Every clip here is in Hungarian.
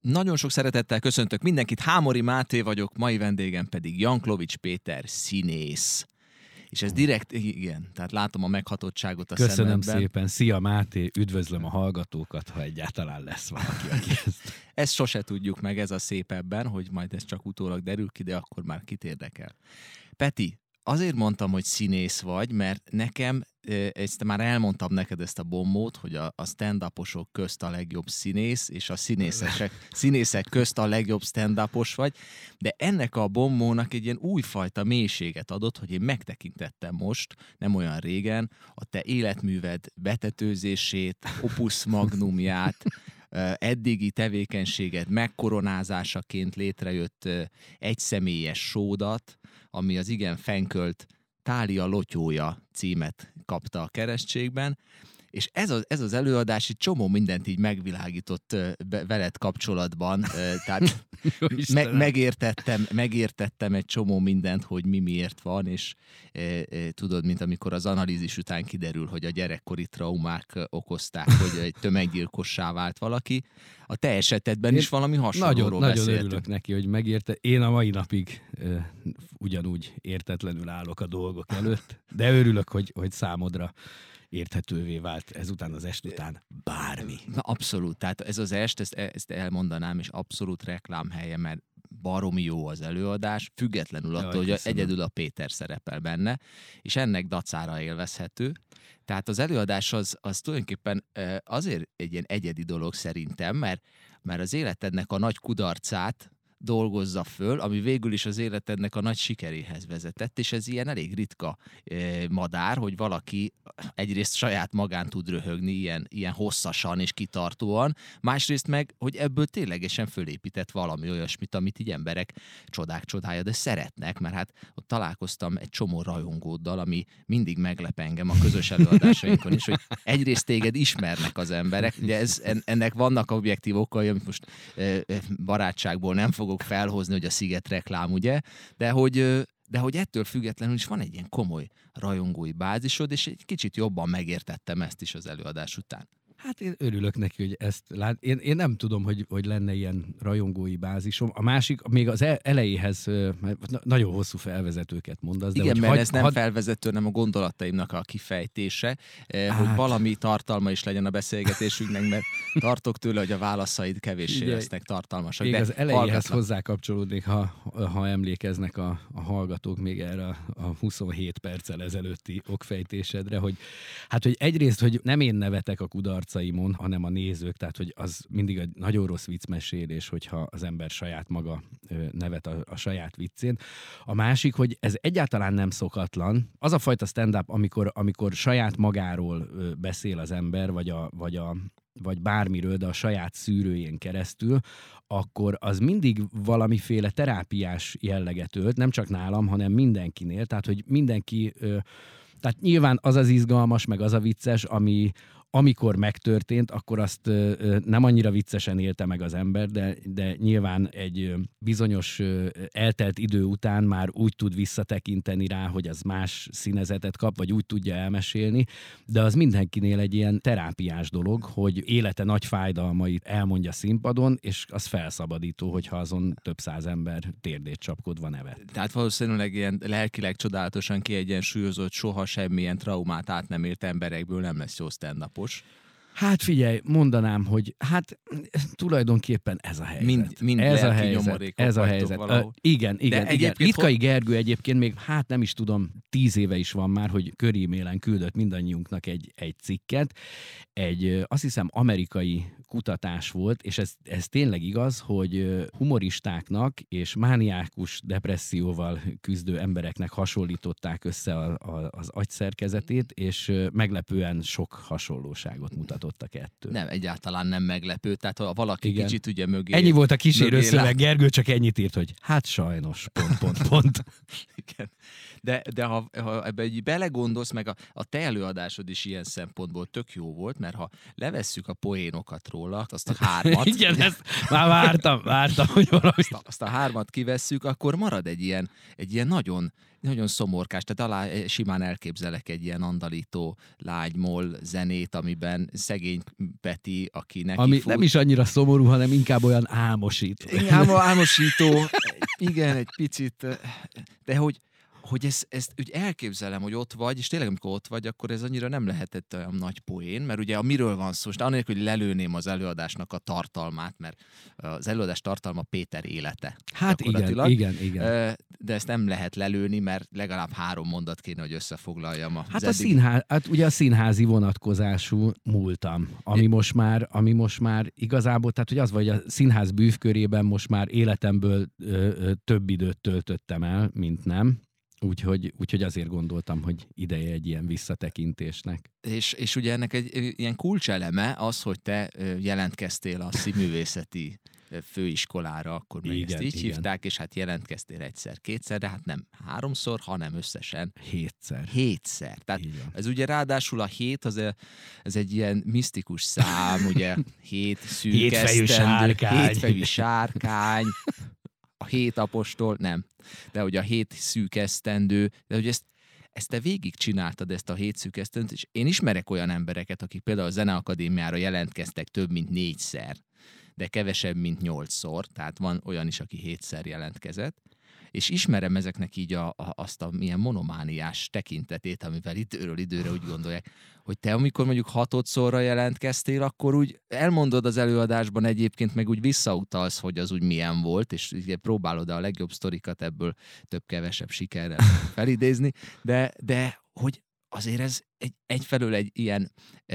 Nagyon sok szeretettel köszöntök mindenkit, Hámori Máté vagyok, mai vendégem pedig Janklovics Péter színész. És ez direkt, igen, tehát látom a meghatottságot a Köszönöm szemedben. szépen, szia Máté, üdvözlöm a hallgatókat, ha egyáltalán lesz valaki, aki Ezt sose tudjuk meg, ez a szép ebben, hogy majd ez csak utólag derül ki, de akkor már kit érdekel. Peti, azért mondtam, hogy színész vagy, mert nekem, ezt már elmondtam neked ezt a bombót, hogy a stand-uposok közt a legjobb színész, és a színészek közt a legjobb stand-upos vagy, de ennek a bombónak egy ilyen újfajta mélységet adott, hogy én megtekintettem most, nem olyan régen, a te életműved betetőzését, opus magnumját, eddigi tevékenységed megkoronázásaként létrejött egyszemélyes sódat, ami az igen fenkölt Tália Lotyója címet kapta a keresztségben, és ez az előadás egy csomó mindent így megvilágított veled kapcsolatban, tehát megértettem egy csomó mindent, hogy miért van, és tudod, mint amikor az analízis után kiderül, hogy a gyerekkori traumák okozták, hogy egy tömeggyilkossá vált valaki. A te esetedben is valami hasonlóról beszéltünk. Nagyon örülök neki, hogy megérte. Én a mai napig ugyanúgy értetlenül állok a dolgok előtt, de örülök, hogy számodra érthetővé vált ezután az est után bármi. Na, abszolút, tehát ez az est, ezt elmondanám, és abszolút reklámhelye, mert baromi jó az előadás, függetlenül attól, hogy egyedül a Péter szerepel benne, és ennek dacára élvezhető. Tehát az előadás az tulajdonképpen azért egy ilyen egyedi dolog szerintem, mert az életednek a nagy kudarcát dolgozza föl, ami végül is az életednek a nagy sikeréhez vezetett, és ez ilyen elég ritka madár, hogy valaki egyrészt saját magán tud röhögni ilyen hosszasan és kitartóan, másrészt meg, hogy ebből ténylegesen fölépített valami olyasmit, amit így emberek csodák csodája, de szeretnek, mert hát ott találkoztam egy csomó rajongóddal, ami mindig meglep engem a közös előadásainkon is, hogy egyrészt téged ismernek az emberek, ugye ennek vannak objektív okai, amit most barátságból nem fogok felhozni, hogy a Sziget reklám, ugye? De hogy ettől függetlenül is van egy ilyen komoly rajongói bázisod, és egy kicsit jobban megértettem ezt is az előadás után. Hát én örülök neki, hogy ezt lát. Én nem tudom, hogy lenne ilyen rajongói bázisom. A másik, még az elejéhez nagyon hosszú felvezetőket mondasz. De igen, mert ez nem felvezető, hanem a gondolataimnak a kifejtése, hogy valami tartalma is legyen a beszélgetésünknek, mert tartok tőle, hogy a válaszaid kevéssé lesznek tartalmasak. Még az elejéhez hozzákapcsolódnék, ha emlékeznek a hallgatók még erre a 27 perccel ezelőtti okfejtésedre, hogy egyrészt, hogy nem én nevetek a kudarcaimon, hanem a nézők, tehát hogy az mindig egy nagyon rossz viccmesélés, hogyha az ember saját maga nevet a saját viccén. A másik, hogy ez egyáltalán nem szokatlan. Az a fajta stand-up, amikor saját magáról beszél az ember, vagy bármiről, de a saját szűrőjén keresztül, akkor az mindig valamiféle terápiás jelleget ölt, nem csak nálam, hanem mindenkinél. Tehát, hogy mindenki... Tehát nyilván az az izgalmas, meg az a vicces, amikor megtörtént, akkor azt nem annyira viccesen élte meg az ember, de nyilván egy bizonyos eltelt idő után már úgy tud visszatekinteni rá, hogy az más színezetet kap, vagy úgy tudja elmesélni, de az mindenkinél egy ilyen terápiás dolog, hogy élete nagy fájdalmait elmondja színpadon, és az felszabadító, hogyha azon több száz ember térdét csapkodva nevet. Tehát valószínűleg ilyen lelkileg csodálatosan kiegyensúlyozott, soha semmilyen traumát át nem ért emberekből nem lesz jó stand-upos. Hát figyelj, mondanám, hogy tulajdonképpen ez a helyzet. Mind ez a helyzet. Igen. Litkai Gergő egyébként még, nem is tudom, 10 éve is van már, hogy körímélen küldött mindannyiunknak egy cikket. Azt hiszem, amerikai kutatás volt, és ez tényleg igaz, hogy humoristáknak és mániákus depresszióval küzdő embereknek hasonlították össze az agyszerkezetét, és meglepően sok hasonlóságot mutatott a kettő. Nem, egyáltalán nem meglepő. Tehát ha valaki kicsit ugye mögé... Ennyi volt a kísérőszöveg, Gergő csak ennyit írt, hogy sajnos, pont. Igen. De ha ebbe egy belegondolsz, meg a te előadásod is ilyen szempontból tök jó volt, mert ha levesszük a poénokat róla, azt a 3-at... Igen, ezt már vártam, hogy valami... Azt a 3-at kivesszük, akkor marad egy ilyen nagyon nagyon szomorkás, tehát alá simán elképzelek egy ilyen andalító lágymol zenét, amiben szegény Peti, aki neki ami nem is annyira szomorú, hanem inkább olyan álmosító. Álmosító, igen, egy picit, de hogy ezt úgy elképzelem, hogy ott vagy, és tényleg amikor ott vagy, akkor ez annyira nem lehetett olyan nagy poén, mert ugye miről van szó, és anélkül, hogy lelőném az előadásnak a tartalmát, mert az előadás tartalma Péter élete. Hát igen. De ezt nem lehet lelőni, mert legalább 3 mondat kéne, hogy összefoglaljam. Hát ugye a színházi vonatkozású múltam, ami most már igazából, tehát hogy az vagy a színház bűvkörében most már életemből több időt töltöttem el, mint nem. Úgyhogy azért gondoltam, hogy ideje egy ilyen visszatekintésnek. És ugye ennek egy ilyen kulcseleme az, hogy te jelentkeztél a színművészeti főiskolára, akkor meg ezt így hívták, és hát jelentkeztél egyszer-kétszer, de hát nem 3-szor, hanem összesen 7-szer. Tehát ez ugye ráadásul a 7, ez egy ilyen misztikus szám, ugye 7 szűk esztendő, 7 fejű sárkány, a 7 apostol, nem. De hogy a 7 szűk esztendő, de hogy ezt te végig csináltad, ezt a 7 szűk esztendőt, és én ismerek olyan embereket, akik például a Zeneakadémiára jelentkeztek több mint 4-szer, de kevesebb, mint 8-szor, tehát van olyan is, aki 7-szer jelentkezett, és ismerem ezeknek így azt a milyen monomániás tekintetét, amivel időről időre úgy gondolják, hogy te amikor mondjuk 6-szorra jelentkeztél, akkor úgy elmondod az előadásban egyébként, meg úgy visszautalsz, hogy az úgy milyen volt, és ugye próbálod a legjobb sztorikat ebből több-kevesebb sikerrel felidézni, de hogy azért ez egyfelől egy ilyen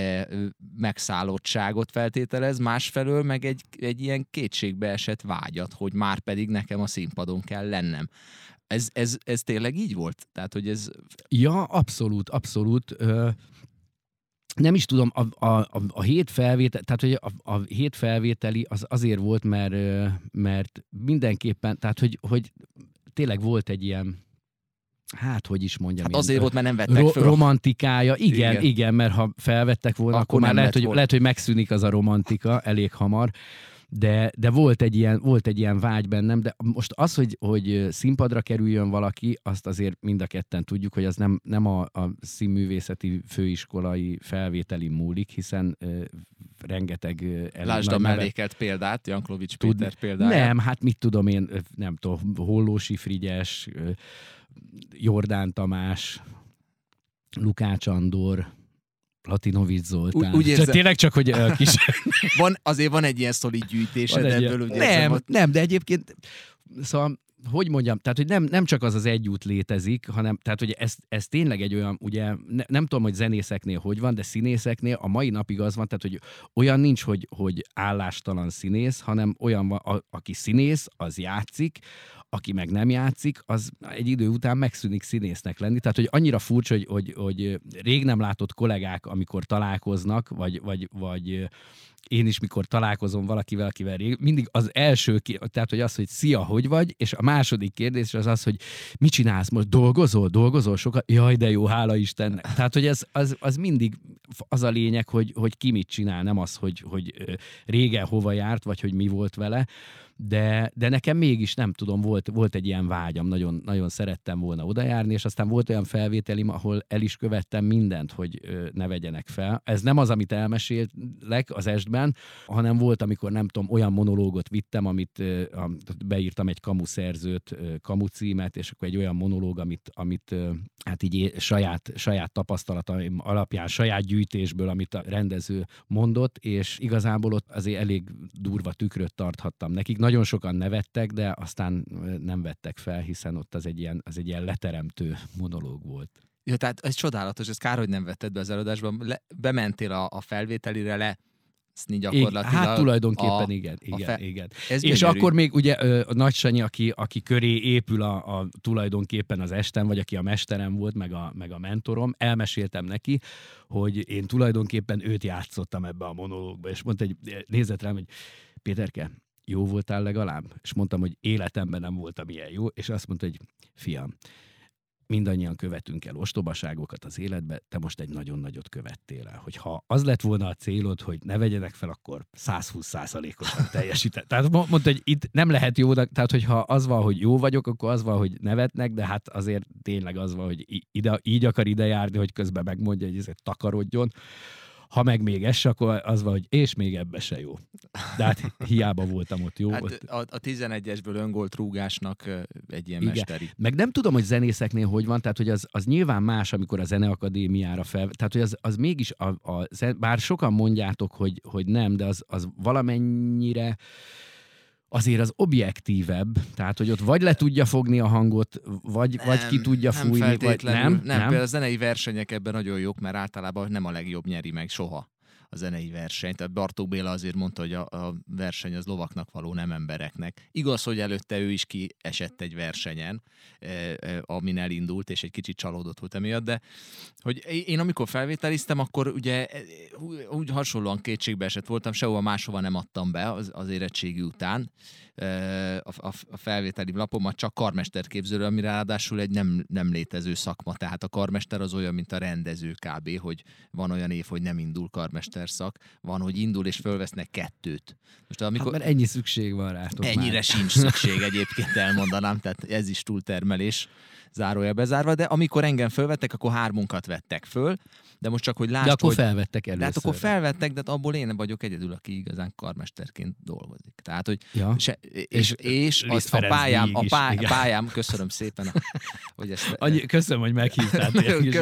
megszállottságot feltételez, másfelől meg egy ilyen kétségbeesett vágyat, hogy már pedig nekem a színpadon kell lennem. Ez tényleg így volt? Tehát, hogy ez... Ja, abszolút. Nem is tudom, a 7 felvétel, tehát hogy a 7 felvételi az azért volt, mert mindenképpen, tehát hogy tényleg volt egy ilyen, hát hogy is mondjam. Hát azért volt, mert nem vettek föl. Romantikája, igen, mert ha felvettek volna, akkor már lehet, hogy megszűnik az a romantika elég hamar, de volt egy ilyen vágy bennem, de most az, hogy színpadra kerüljön valaki, azt azért mind a ketten tudjuk, hogy az nem a színművészeti főiskolai felvételi múlik, hiszen rengeteg... Lásd a mellékelt példát, Janklowicz Péter példáját. Nem, hát mit tudom én, nem tudom, Hollósy Frigyes, Jordán Tamás, Lukács Andor, Latinovics Zoltán. Úgy érzem, tényleg csak, hogy kis... azért van egy ilyen szolid gyűjtésed ebből. Nem, de egyébként, szóval, hogy mondjam, tehát, hogy nem csak az egy út létezik, hanem, tehát, hogy ez tényleg egy olyan, ugye, nem tudom, hogy zenészeknél hogy van, de színészeknél a mai napig az van, tehát, hogy olyan nincs, hogy állástalan színész, hanem olyan van, aki színész, az játszik, aki meg nem játszik, az egy idő után megszűnik színésznek lenni. Tehát, hogy annyira furcsa, hogy rég nem látott kollégák, amikor találkoznak, vagy én is, mikor találkozom valakivel, akivel rég, mindig az első, tehát, hogy az, hogy szia, hogy vagy, és a második kérdés az, hogy mit csinálsz most, dolgozol sokat? Jaj, de jó, hála Istennek. Tehát, hogy az mindig az a lényeg, hogy ki mit csinál, nem az, hogy régen hova járt, vagy hogy mi volt vele, de nekem mégis, nem tudom, volt egy ilyen vágyam, nagyon, nagyon szerettem volna odajárni, és aztán volt olyan felvételim, ahol el is követtem mindent, hogy ne vegyenek fel. Ez nem az, amit elmesélek az estben, hanem volt, amikor nem tudom, olyan monológot vittem, amit beírtam egy kamu szerzőt, kamu címet, és akkor egy olyan monológ, amit hát így saját tapasztalataim alapján, saját gyűjtésből, amit a rendező mondott, és igazából ott azért elég durva tükröt tarthattam nekik. Nagyon sokan nevettek, de aztán nem vettek fel, hiszen ott az egy ilyen leteremtő monológ volt. Ja, tehát ez csodálatos, ez kár, hogy nem vetted be az előadásban. Bementél a felvételire, gyakorlatilag. Hát tulajdonképpen igen. És akkor még ugye a Nagy Sanyi, aki köré épül tulajdonképpen az estem, vagy aki a mesterem volt, meg a mentorom, elmeséltem neki, hogy én tulajdonképpen őt játszottam ebbe a monológba, és mondta, hogy nézett rám, hogy Péterke, jó voltál legalább? És mondtam, hogy életemben nem voltam ilyen jó, és azt mondta, hogy fiam, mindannyian követünk el ostobaságokat az életbe, te most egy nagyon nagyot követtél el. Hogyha az lett volna a célod, hogy ne vegyenek fel, akkor 120%-osan teljesített. Tehát mondta, hogy itt nem lehet jó, tehát hogyha az van, hogy jó vagyok, akkor az van, hogy nevetnek, de hát azért tényleg az van, hogy így akar ide járni, hogy közben megmondja, hogy ezért takarodjon. Ha meg még ez, akkor az van, hogy és még ebbe se jó. De hát hiába voltam ott jó. Hát a 11-esből öngolt rúgásnak egy ilyen mesteri. Meg nem tudom, hogy zenészeknél hogy van, tehát hogy az nyilván más, amikor a Zeneakadémiára tehát hogy az mégis, bár sokan mondjátok, hogy nem, de az valamennyire azért az objektívebb, tehát, hogy ott vagy le tudja fogni a hangot, vagy ki tudja fújni, vagy nem. Például a zenei versenyek ebben nagyon jók, mert általában nem a legjobb nyeri meg soha a zenei versenyt. Tehát Bartók Béla azért mondta, hogy a verseny az lovaknak való, nem embereknek. Igaz, hogy előtte ő is kiesett egy versenyen, amin elindult, és egy kicsit csalódott volt emiatt, de hogy én amikor felvételiztem, akkor ugye úgy hasonlóan kétségbe esett voltam, sehova máshova nem adtam be az érettségi után a felvételi lapomat, csak karmesterképzőről, ami ráadásul egy nem létező szakma, tehát a karmester az olyan, mint a rendező kb., hogy van olyan év, hogy nem indul karmesterszak, van, hogy indul és fölvesznek 2. Most amikor... mert ennyi szükség van rátok. Ennyire már sincs szükség egyébként, elmondanám, tehát ez is túltermelés, zárója bezárva, de amikor engem fölvettek, akkor 3 vettek föl, de most csak, hogy lásd, de akkor felvettek először. De hát akkor felvettek, de abból én vagyok egyedül, aki igazán karmesterként dolgozik. Tehát, hogy és az a pályám, köszönöm szépen, hogy ezt... Köszönöm, hogy meghívtál.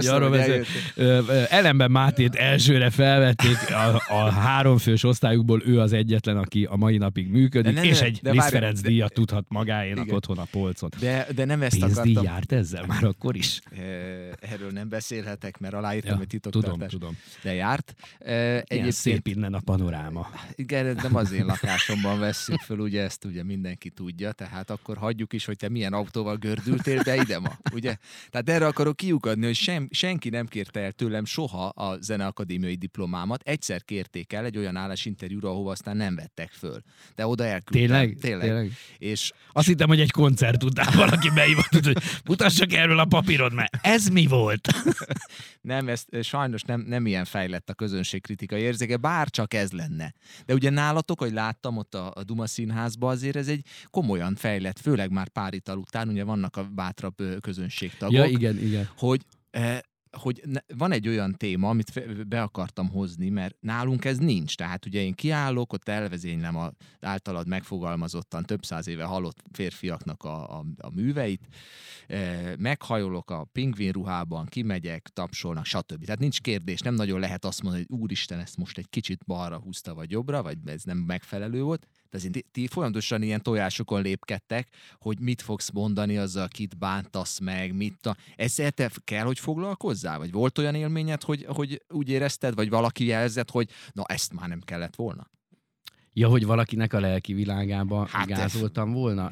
Ellenben Mátét elsőre felvették, a 3 fős osztályukból ő az egyetlen, aki a mai napig működik, és egy Liszt Ferenc díjat tudhat magáénak otthon a polcon. De nem ezt akartam. Pénzdíj járt ezzel már akkor is? Erről nem beszélhetek, mert aláírtam, hogy titoktartás. Tudom. De járt. Ilyen szép innen a panoráma. Igen, nem az én lakásomban vesszük föl, ugye ezt ugye mindenki tudja, tehát akkor hagyjuk is, hogy te milyen autóval gördültél, de ide ma, ugye? Tehát erre akarok kiukadni, hogy senki nem kérte el tőlem soha a zeneakadémiai diplomámat. Egyszer kérték el egy olyan állásinterjúra, ahova aztán nem vettek föl. De oda elküldtem. Tényleg. És azt hittem, hogy egy koncert után valaki beívott, hogy mutassak erről a papírod, mert ez mi volt? Nem, ez sajnos nem ilyen fejlett a közönségkritikai érzéke, bár csak ez lenne. De ugye nálatok, hogy láttam ott a Duma Színházban, azért ez egy komolyan fejlett, főleg már pár ital után, ugye vannak a bátrabb közönségtagok. Ja, igen. Hogy van egy olyan téma, amit be akartam hozni, mert nálunk ez nincs. Tehát ugye én kiállok, ott elvezénylem az általad megfogalmazottan több 100 éve halott férfiaknak a műveit, meghajolok a pingvin ruhában, kimegyek, tapsolnak, stb. Tehát nincs kérdés, nem nagyon lehet azt mondani, hogy úristen, ezt most egy kicsit balra húzta, vagy jobbra, vagy ez nem megfelelő volt. De azért ti folyamatosan ilyen tojásokon lépkedtek, hogy mit fogsz mondani azzal, kit bántasz meg, ezzel te kell, hogy foglalkozzál? Vagy volt olyan élményed, hogy úgy érezted, vagy valaki jelzett, hogy na ezt már nem kellett volna? Ja, hogy valakinek a lelki világába gázoltam volna?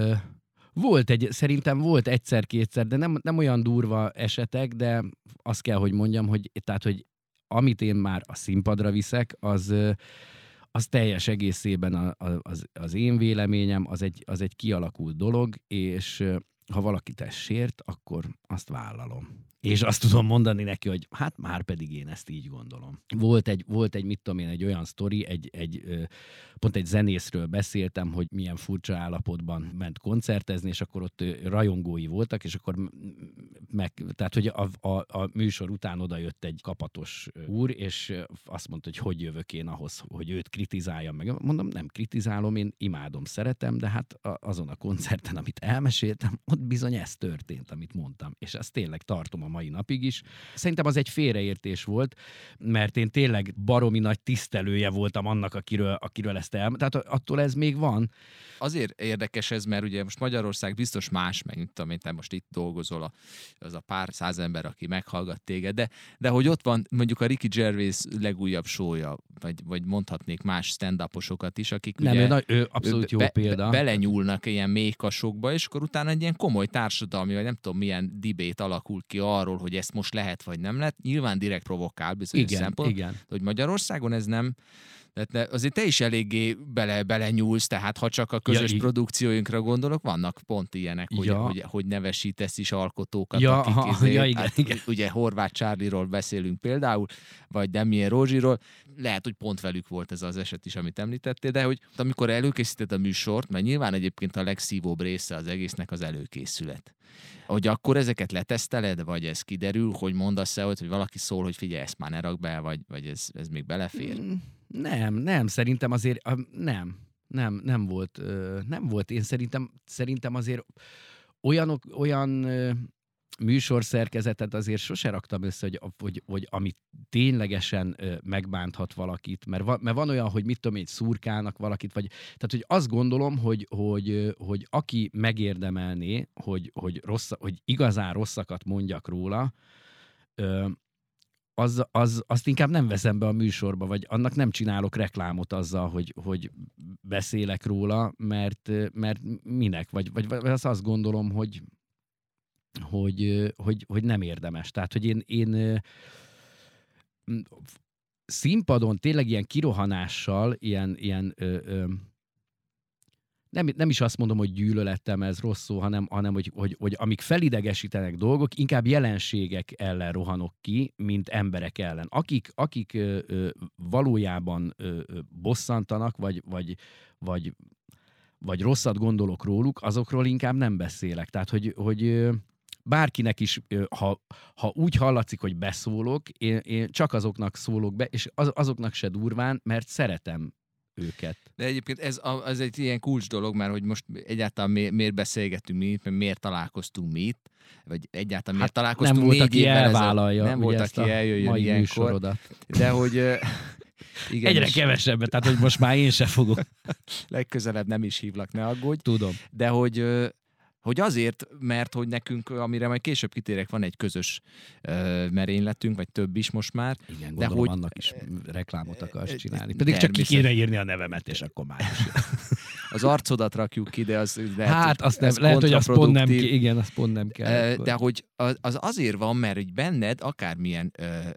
Szerintem volt egyszer-kétszer, de nem olyan durva esetek, de azt kell, hogy mondjam, hogy amit én már a színpadra viszek, az teljes egészében az én véleményem, az egy kialakult dolog, és ha valakit ez sért, akkor azt vállalom. És azt tudom mondani neki, hogy hát már pedig én ezt így gondolom. Volt egy mit tudom én, egy olyan sztori, pont egy zenészről beszéltem, hogy milyen furcsa állapotban ment koncertezni, és akkor ott rajongói voltak, és akkor tehát, hogy a műsor után oda jött egy kapatos úr, és azt mondta, hogy jövök én ahhoz, hogy őt kritizáljam meg. Mondom, nem kritizálom, én imádom, szeretem, de hát azon a koncerten, amit elmeséltem, ott bizony ez történt, amit mondtam. És ezt tényleg tartom a mai napig is. Szerintem az egy félreértés volt, mert én tényleg baromi nagy tisztelője voltam annak, akiről ezt tehát attól ez még van. Azért érdekes ez, mert ugye most Magyarország biztos más, meg mint amit te most itt dolgozol, az a pár 100 ember, aki meghallgat téged, de hogy ott van mondjuk a Ricky Gervais legújabb show-ja, vagy mondhatnék más stand-uposokat is, akik nem, ugye ő abszolút jó példa. Belenyúlnak ilyen méhkasokba, és akkor utána egy ilyen komoly társadalmi, vagy nem tudom milyen debate alakul ki arról, hogy ezt most lehet, vagy nem lehet. Nyilván direkt provokál bizonyos szempont, hogy Magyarországon ez Tehát azért te is eléggé bele nyúlsz, tehát ha csak a közös produkcióinkra gondolok, vannak pont ilyenek, hogy nevesítesz is alkotókat, akik ugye Horváth Csárliról beszélünk például, vagy Damien Rózsiról, lehet, hogy pont velük volt ez az eset is, amit említettél, de hogy amikor előkészíted a műsort, mert nyilván egyébként a legszívóbb része az egésznek az előkészület. Hogy akkor ezeket leteszteled, vagy ez kiderül, hogy mondasz-e, hogy valaki szól, hogy figyelj, ezt már ne rak be, vagy ez még belefér? Nem, szerintem azért nem volt. Én szerintem azért olyan műsorszerkezetet azért sose raktam össze, hogy amit ténylegesen megbánthat valakit, mert van olyan, hogy mit tudom én, szurkálnak valakit, vagy tehát, hogy azt gondolom, hogy aki megérdemelné, hogy igazán rosszakat mondjak róla, azt inkább nem veszem be a műsorba, vagy annak nem csinálok reklámot azzal, hogy beszélek róla, mert minek, vagy azt gondolom, hogy nem érdemes. Tehát, hogy én színpadon tényleg ilyen kirohanással, nem is azt mondom, hogy gyűlölettem, ez rossz szó, hanem hogy amik felidegesítenek dolgok, inkább jelenségek ellen rohanok ki, mint emberek ellen. Akik valójában bosszantanak, vagy rosszat gondolok róluk, azokról inkább nem beszélek. Tehát, hogy bárkinek is, ha úgy hallatszik, hogy beszólok, én csak azoknak szólok be, és azoknak se durván, mert szeretem őket. De egyébként ez egy ilyen kulcs dolog, mert hogy most egyáltalán miért beszélgetünk mi itt, miért találkoztunk mi itt, vagy egyáltalán miért találkoztunk nem 4 évvel elvállalja, nem volt, aki eljöjjön ilyenkor. Műsorodat. De hogy... Igen, egyre kevesebbet, tehát hogy most már én se fogok. Legközelebb nem is hívlak, ne aggódj. Tudom. De hogy azért, mert hogy nekünk, amire majd később kitérek, van egy közös merényletünk, vagy több is most már. Igen, de hogy annak is reklámot akarsz csinálni. Pedig csak ki kéne írni a nevemet, és akkor már is. Az arcodat rakjuk ki, de az lehet, hát azt nem, lehet, hogy az pont nem, igen, az pont nem kell. De hogy az azért van, mert hogy benned akármilyen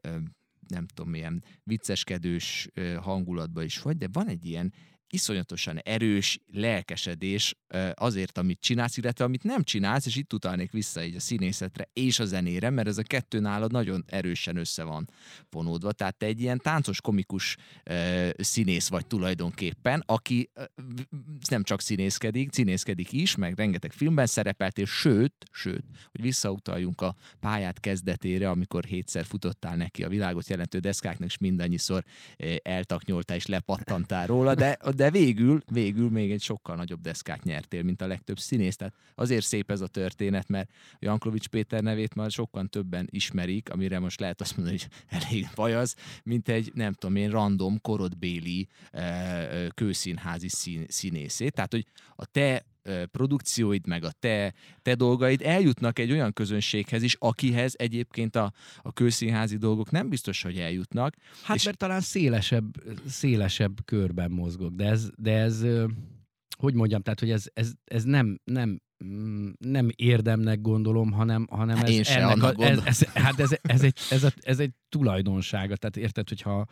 nem tudom, milyen vicceskedős hangulatban is vagy, de van egy ilyen iszonyatosan erős lelkesedés azért, amit csinálsz, illetve amit nem csinálsz, és itt utalnék vissza így a színészetre és a zenére, mert ez a kettő nálad nagyon erősen össze van vonódva. Tehát te egy ilyen táncos, komikus színész vagy tulajdonképpen, aki nem csak színészkedik is, meg rengeteg filmben szerepelt, és sőt, hogy visszautaljunk a pályát kezdetére, amikor 7-szer futottál neki a világot jelentő deszkáknak, és mindannyiszor eltaknyoltál és lepattantál róla, de végül még egy sokkal nagyobb deszkát nyertél, mint a legtöbb színész. Tehát azért szép ez a történet, mert Janklowicz Péter nevét már sokkal többen ismerik, amire most lehet azt mondani, hogy elég vajaz, mint egy, nem tudom én, random, korodbéli kőszínházi színészét. Tehát, hogy a te produkcióid, meg a te dolgaid eljutnak egy olyan közönséghez is, akihez egyébként a kőszínházi dolgok nem biztos, hogy eljutnak. Hát mert talán szélesebb körben mozgok, de ez hogy mondjam, tehát, hogy ez nem érdemnek gondolom, hanem ez egy tulajdonsága. Tehát érted, hogyha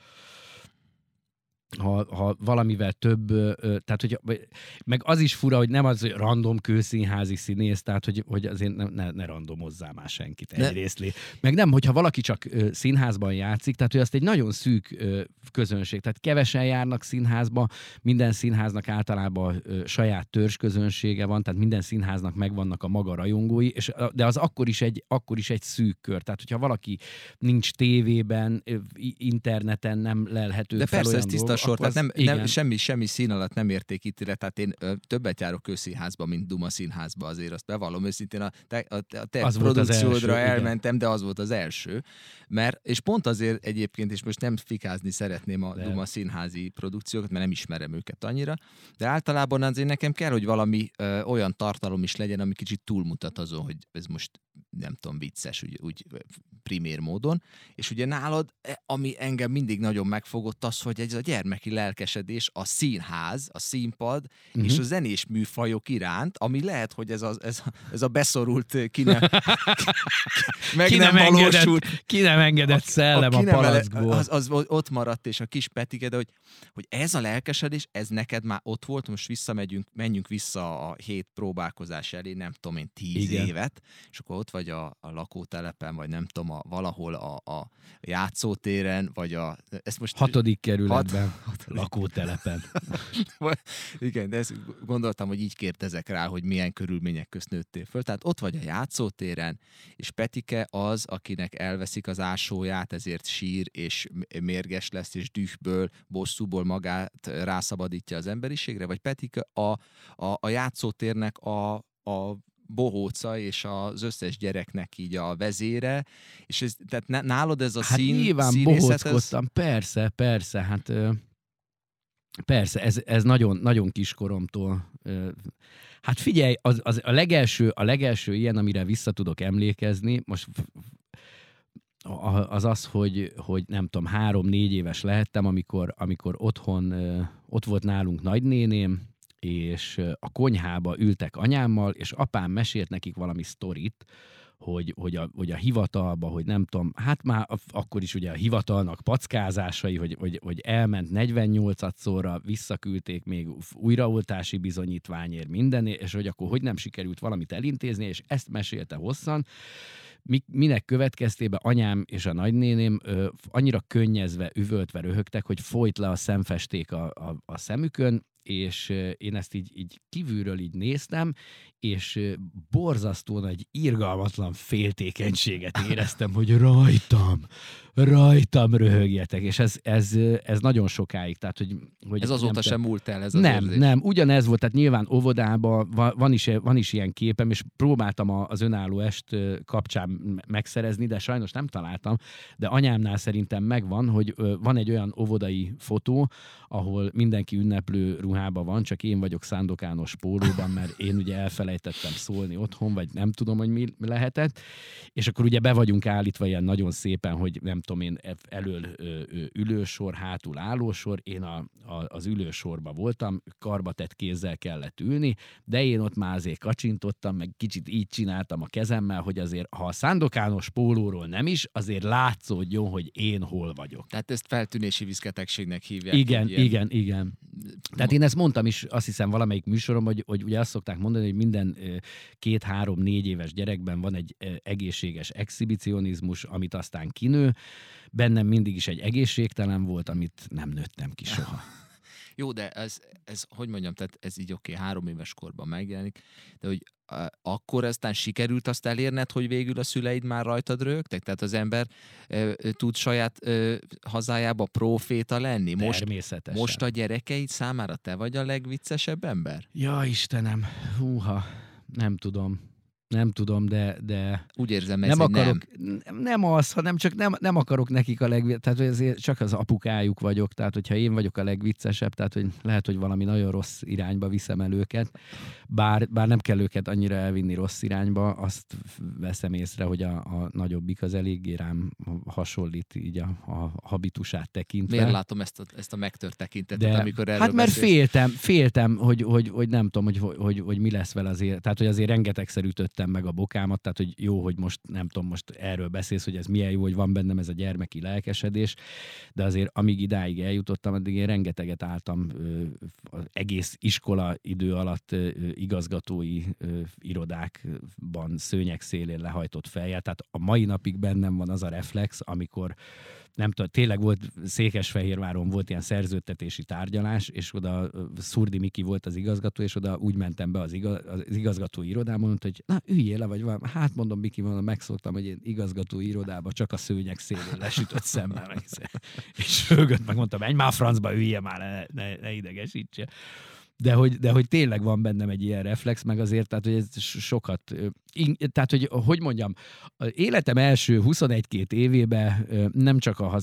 ha valamivel több, tehát hogy meg az is fura, hogy nem az, hogy random kőszínházi színész, tehát hogy azért ne randomozzá már senkit egyrészt. Meg nem, hogyha valaki csak színházban játszik, tehát hogy azt egy nagyon szűk közönség, tehát kevesen járnak színházba, minden színháznak általában saját törzsközönsége van, tehát minden színháznak megvannak a maga rajongói, de az akkor is egy szűk kör, tehát hogyha valaki nincs tévében, interneten nem lelhető de fel persze, olyan dolgok, sor, tehát semmi szín alatt nem érték ítélet, tehát én többet járok kőszínházba, mint Duma színházba, azért azt bevallom őszintén, a te produkciódra elmentem, igen. De az volt az első, és pont azért egyébként, és most nem fikázni szeretném a Duma színházi produkciókat, mert nem ismerem őket annyira, de általában azért nekem kell, hogy valami olyan tartalom is legyen, ami kicsit túlmutat azon, hogy ez most nem tudom, vicces, úgy primér módon, és ugye nálad, ami engem mindig nagyon megfogott az, hogy ez a gyermeki lelkesedés a színház, a színpad és a zenés műfajok iránt, ami lehet, hogy ez a beszorult, ki nem engedett szellem a palackból. Az ott maradt, és a kis Petike, de hogy ez a lelkesedés, ez neked már ott volt, most menjünk vissza a 7 próbálkozás elé, nem tudom én, 10 évet, és akkor ott vagy a lakótelepen, vagy nem tudom, valahol a játszótéren, vagy ezt most 6. kerületben, lakótelepen. Igen, de ezt gondoltam, hogy így kérdezek rá, hogy milyen körülmények közt nőttél föl. Tehát ott vagy a játszótéren, és Petike az, akinek elveszik az ásóját, ezért sír, és mérges lesz, és dühből, bosszúból magát rászabadítja az emberiségre, vagy Petike a játszótérnek a bohóca, és az összes gyereknek így a vezére, és tehát nálad ez a nyilván bohóckodtam, persze, hát persze, ez nagyon, nagyon kiskoromtól. Hát figyelj, a legelső ilyen, amire vissza tudok emlékezni, most az, hogy nem tudom, 3-4 éves lehettem, amikor otthon, ott volt nálunk nagynéném, és a konyhába ültek anyámmal, és apám mesélt nekik valami sztorit, hogy a hivatalba, hogy nem tudom, hát már akkor is ugye a hivatalnak packázásai, hogy elment 48-szorra, visszaküldték még újraoltási bizonyítványért mindenért, és hogy akkor hogy nem sikerült valamit elintézni, és ezt mesélte hosszan, minek következtében anyám és a nagynéném annyira könnyezve, üvöltve röhögtek, hogy folyt le a szemfesték a szemükön, és én ezt így kívülről így néztem, és borzasztó nagy, irgalmatlan féltékenységet éreztem, hogy rajtam röhögjetek, és ez nagyon sokáig. Tehát, hogy ez azóta sem múlt el, ez az érzés. Nem, ugyanez volt, tehát nyilván óvodában van is ilyen képem, és próbáltam az önálló est kapcsán megszerezni, de sajnos nem találtam, de anyámnál szerintem megvan, hogy van egy olyan óvodai fotó, ahol mindenki ünneplő ruhában van, csak én vagyok Sandokános pólóban, mert én ugye elfelejtettem szólni otthon, vagy nem tudom, hogy mi lehetett, és akkor ugye be vagyunk állítva ilyen nagyon szépen, hogy nem tudom én, elől ülősor, hátul állósor, én az ülősorba voltam, karbatett kézzel kellett ülni, de én ott már azért kacsintottam, meg kicsit így csináltam a kezemmel, hogy azért, ha a Sandokános pólóról nem is, azért látszódjon, hogy én hol vagyok. Tehát ezt feltűnési viszketegségnek hívják. Igen. Tehát én ezt mondtam is, azt hiszem valamelyik műsorom, hogy ugye azt szokták mondani, hogy minden 2-3-4 éves gyerekben van egy egészséges exhibicionizmus, amit aztán kinő. Bennem mindig is egy egészségtelen volt, amit nem nőttem ki soha. Jó, de ez hogy mondjam, tehát ez így oké, 3 éves korban megjelenik, de hogy akkor aztán sikerült azt elérned, hogy végül a szüleid már rajtad röhögtek? Tehát az ember tud saját hazájába proféta lenni? Természetesen. Most a gyerekeid számára te vagy a legviccesebb ember? Ja, Istenem, húha, nem tudom, de úgy érzem, nem akarok, nem az, hanem csak nem akarok nekik a tehát ezért csak az apukájuk vagyok, tehát hogyha én vagyok a legviccesebb, tehát hogy lehet, hogy valami nagyon rossz irányba viszem el őket, bár nem kell őket annyira elvinni rossz irányba, azt veszem észre, hogy a nagyobbik az eléggé rám hasonlít így a habitusát tekintve. Miért látom ezt a megtört tekintetet, amikor erről hát mert beszélsz? féltem, hogy nem tudom, hogy mi lesz vele azért, tehát hogy azért rengetegszer ütöttem meg a bokámat, tehát hogy jó, hogy most nem tudom, most erről beszélsz, hogy ez milyen jó, hogy van bennem ez a gyermeki lelkesedés, de azért amíg idáig eljutottam, addig én rengeteget álltam az egész iskola idő alatt igazgatói irodákban szőnyeg szélén lehajtott fejjel, tehát a mai napig bennem van az a reflex, amikor nem tudom, tényleg volt Székesfehérváron volt ilyen szerződtetési tárgyalás, és oda Szurdi Miki volt az igazgató, és oda úgy mentem be az igazgatói irodába, mondta, hogy na, üljél le, vagy valami. Hát mondom, Miki, megszoktam, hogy én igazgatói irodába csak a szőnyeg szélén lesütött szemmel. És rögött megmondtam, menj már francba, üljél már, ne idegesítse. De hogy tényleg van bennem egy ilyen reflex, meg azért, tehát, hogy ez sokat... Tehát, hogy mondjam, az életem első 21-2 évében